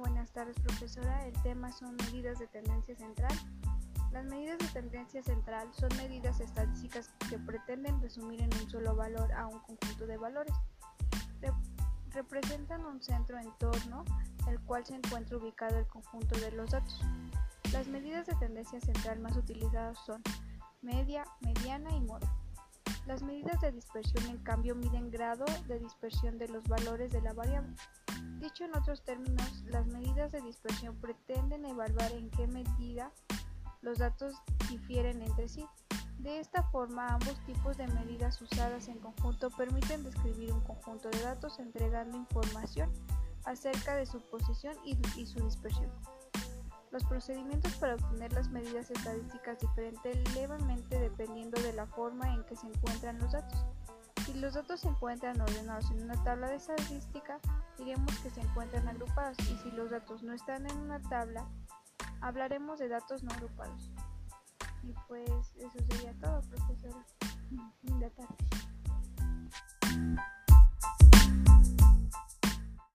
buenas tardes profesora. El tema son medidas de tendencia central. Las medidas de tendencia central son medidas estadísticas que pretenden resumir en un solo valor a un conjunto de valores. Representan un centro en torno al cual se encuentra ubicado el conjunto de los datos. Las medidas de tendencia central más utilizadas son media, mediana y moda. Las medidas de dispersión, en cambio, miden grado de dispersión de los valores de la variable. Dicho en otros términos, las medidas de dispersión pretenden evaluar en qué medida los datos difieren entre sí. De esta forma, ambos tipos de medidas usadas en conjunto permiten describir un conjunto de datos entregando información acerca de su posición y su dispersión. Los procedimientos para obtener las medidas estadísticas difieren levemente dependiendo de la forma en que se encuentran los datos. Si los datos se encuentran ordenados en una tabla de estadística, diremos que se encuentran agrupados, y si los datos no están en una tabla, hablaremos de datos no agrupados. Y pues eso sería todo, profesora.